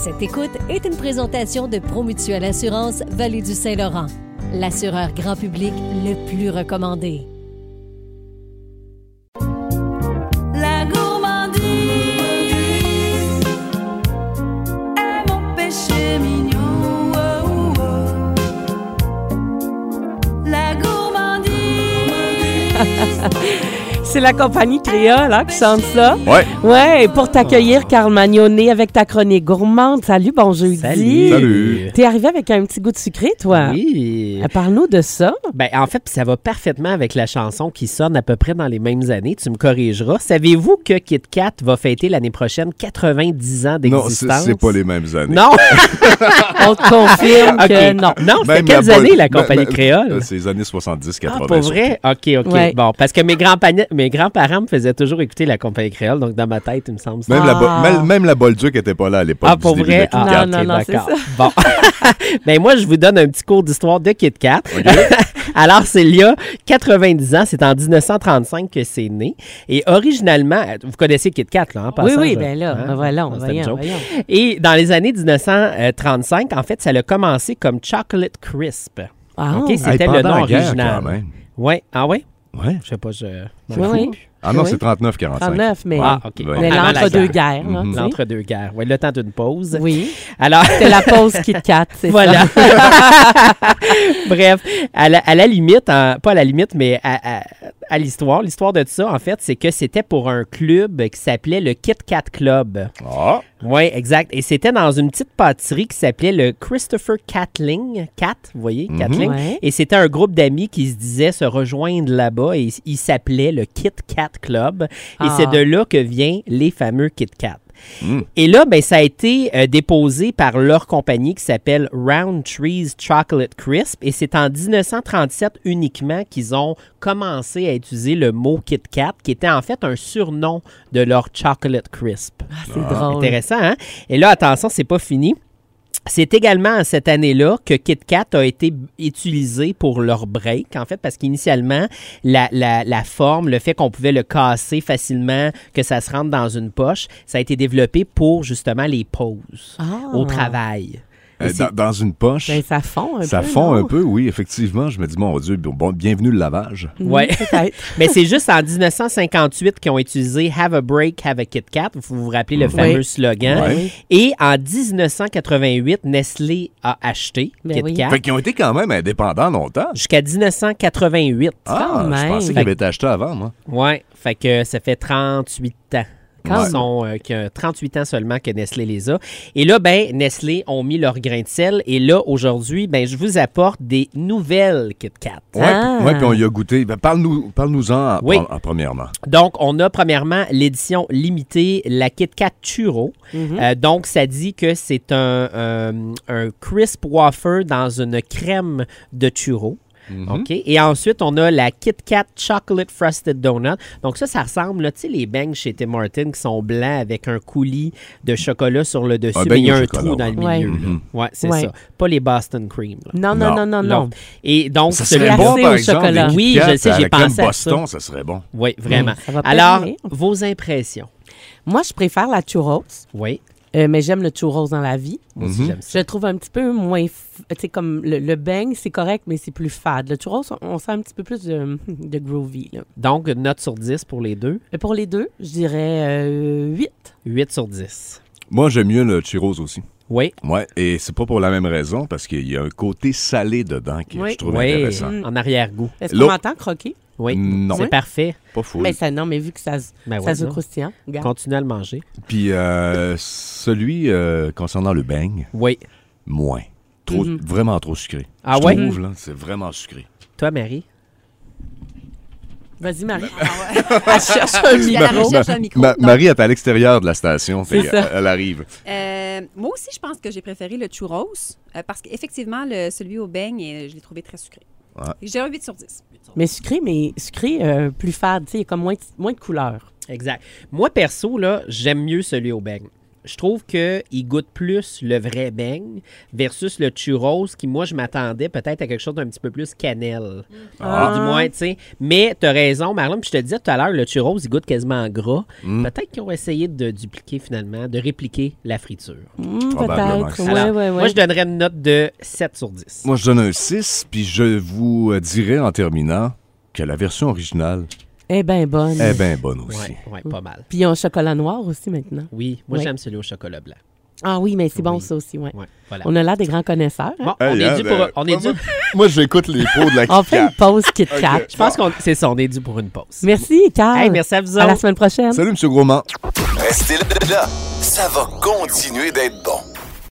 Cette écoute est une présentation de Promutuelle Assurance Vallée du Saint-Laurent, l'assureur grand public le plus recommandé. La gourmandise est mon péché mignon. Oh, oh. La gourmandise. C'est la compagnie Créole qui chante ça. Ouais. Ouais, pour t'accueillir, Carl Magnonet, avec ta chronique gourmande. Salut, bon jeudi. Salut. T'es arrivé avec un petit goût de sucré, toi? Oui. Parle-nous de ça. Ben, en fait, ça va parfaitement avec la chanson qui sonne à peu près dans les mêmes années. Tu me corrigeras. Savez-vous que Kit Kat va fêter l'année prochaine 90 ans d'existence? Non, c'est pas les mêmes années. Non! On te confirme OK. que non. Non, c'était Même quelles la années, bonne- la compagnie créole? C'est les années 70-80. Ah, pour vrai? OK. Ouais. Bon, parce que mes grands-parents me faisaient toujours écouter la compagnie créole, donc dans ma tête, il me semble ça. Même la Bolduc n'était pas là à l'époque. Ah, pour du début vrai? de Kit Kat. non, non, c'est d'accord. ça. Bon. Ben moi, je vous donne un petit cours d'histoire de Kit Kat. Alors, c'est il y a 90 ans, c'est en 1935 que c'est né. Et originalement, vous connaissez Kit Kat, là, en passant? Oui, ben là, Hein? voilà, C'était une joke. voyons. Et dans les années 1935, en fait, ça a commencé comme Chocolate Crisp. Ah, OK, c'était Hey, le pendant nom la guerre, original. quand même. Ouais. Ah ouais? Ouais. Je sais pas, je... oui. Ah non, Oui. c'est 39-45. 39, mais, Ah, OK. Ouais. mais Avant la l'entre-deux-guerres. là, tu sais. L'entre-deux-guerres. Oui, le temps d'une pause. Oui, Alors... c'était la pause Kit Kat, c'est Voilà. ça. Bref, à la limite, pas à la limite, mais à l'histoire de ça, en fait, c'est que c'était pour un club qui s'appelait le Kit Kat Club. Ah, Oui, exact. Et c'était dans une petite pâtisserie qui s'appelait le Christopher Catling. Vous voyez, Catling. Ouais. Et c'était un groupe d'amis qui se disaient se rejoindre là-bas et il s'appelait le Kit Kat Club. Et Ah. c'est de là que viennent les fameux Kit Kat. Et là, ben, ça a été déposé par leur compagnie qui s'appelle Roundtree's Chocolate Crisp. Et c'est en 1937 uniquement qu'ils ont commencé à utiliser le mot Kit Kat, qui était en fait un surnom de leur Chocolate Crisp. Ah, c'est drôle. Intéressant, hein? Et là, attention, c'est pas fini. C'est également cette année-là que Kit Kat a été utilisé pour leur break, en fait, parce qu'initialement, la forme, le fait qu'on pouvait le casser facilement, que ça se rentre dans une poche, ça a été développé pour justement les pauses au travail. dans une poche. Ben, ça fond un peu. Ça fond non? un peu, oui, effectivement. Je me dis, mon Dieu, bon, bienvenue le lavage. Ouais. Peut-être. Mais c'est juste en 1958 qu'ils ont utilisé Have a break, have a Kit Kat. Vous vous rappelez le fameux slogan. Ouais. Et en 1988, Nestlé a acheté Ben Kit oui. Kat Fait qu'ils ont été quand même indépendants longtemps. jusqu'à 1988. Quand Je même. pensais qu'ils avaient été achetés avant, moi. Ouais, fait que ça fait 38 ans. Quand Ils sont 38 ans seulement que Nestlé les a. Et là, ben, Nestlé ont mis leur grain de sel. Et là, aujourd'hui, ben, je vous apporte des nouvelles Kit Kat. Ouais, Ah. puis on y a goûté. Ben, parle-nous-en Oui. premièrement. Donc, on a premièrement l'édition limitée, la Kit Kat Churro. Donc, ça dit que c'est un crisp wafer dans une crème de churro. OK. Et ensuite, on a la Kit Kat Chocolate Frosted Donut. Donc ça ressemble, là, tu sais, les bangs chez Tim Hortons qui sont blancs avec un coulis de chocolat sur le dessus, Un mais il y a beigne au un chocolat, trou dans le ouais. milieu. là. Ouais, c'est Ouais. ça. Pas les Boston Cream. là. Non. Non. Et donc, Ça celui- serait bon, glacé par au exemple, chocolat. des Oui, Kit Kat je sais, à j'ai la crème pensé à Boston, ça. ça serait bon. Oui, vraiment. Ça va Alors, péter. vos impressions? Moi, je préfère la churros, Oui. mais j'aime le churros dans la vie. Moi aussi, j'aime Je ça. le trouve un petit peu moins... Tu sais, comme le bang, c'est correct, mais c'est plus fade. Le churros, on sent un petit peu plus de groovy. Là. Donc, une note sur 10 pour les deux. Pour les deux, je dirais 8. 8 sur 10. Moi, j'aime mieux le churros aussi. Oui. Ouais, et c'est pas pour la même raison, parce qu'il y a un côté salé dedans que Oui. je trouve Oui, intéressant. en arrière-goût. Est-ce qu'on L'eau- m'entend croquer? Oui, Non. c'est parfait. Pas fou. Mais ça, non, mais vu que ça Ben se ouais, non. croustillant. Regarde. Continue à le manger. Puis celui concernant le bang, Oui. moins. Vraiment trop sucré. Ah je ouais? trouve, là, c'est vraiment sucré. Toi, Marie? Vas-y, Marie. Elle cherche un Il y a la micro. recherche d'un micro. Donc, Marie est à l'extérieur de la station, C'est fait, ça. elle arrive. moi aussi, je pense que j'ai préféré le churros parce qu'effectivement, celui au beigne, je l'ai trouvé très sucré. Ouais. J'ai un 8 sur 10. Mais sucré plus fade. Tu sais, il y a comme moins de couleurs. Exact. Moi, perso, là, j'aime mieux celui au beigne. je trouve qu'il goûte plus le vrai beigne versus le churros qui, moi, je m'attendais peut-être à quelque chose d'un petit peu plus cannelle. Du moins, tu sais. Mais tu as raison, Marlon, puis je te disais tout à l'heure, le churros, il goûte quasiment gras. Peut-être qu'ils ont essayé de dupliquer finalement, de répliquer la friture. Probablement. Peut-être. Alors, Ouais. moi, je donnerais une note de 7 sur 10. Moi, je donne un 6, puis je vous dirais en terminant que la version originale Eh bien bonne. est bien bonne aussi. Oui, pas mal. Puis ils ont chocolat noir aussi maintenant. Oui, moi, Ouais. j'aime celui au chocolat blanc. Ah oui, mais c'est bon Oui. ça aussi, ouais. Ouais, voilà. On a l'air des grands connaisseurs. Hein? Bon, on est dû pour... On est dû... Moi, j'écoute les pots de la On fait Kit une pause Kit Kat. Je pense qu'on... C'est ça, on est dû pour une pause. Merci, Carl. Hey, merci à vous À la autres. semaine prochaine. Salut, M. Grosman. Restez là, ça va continuer d'être bon.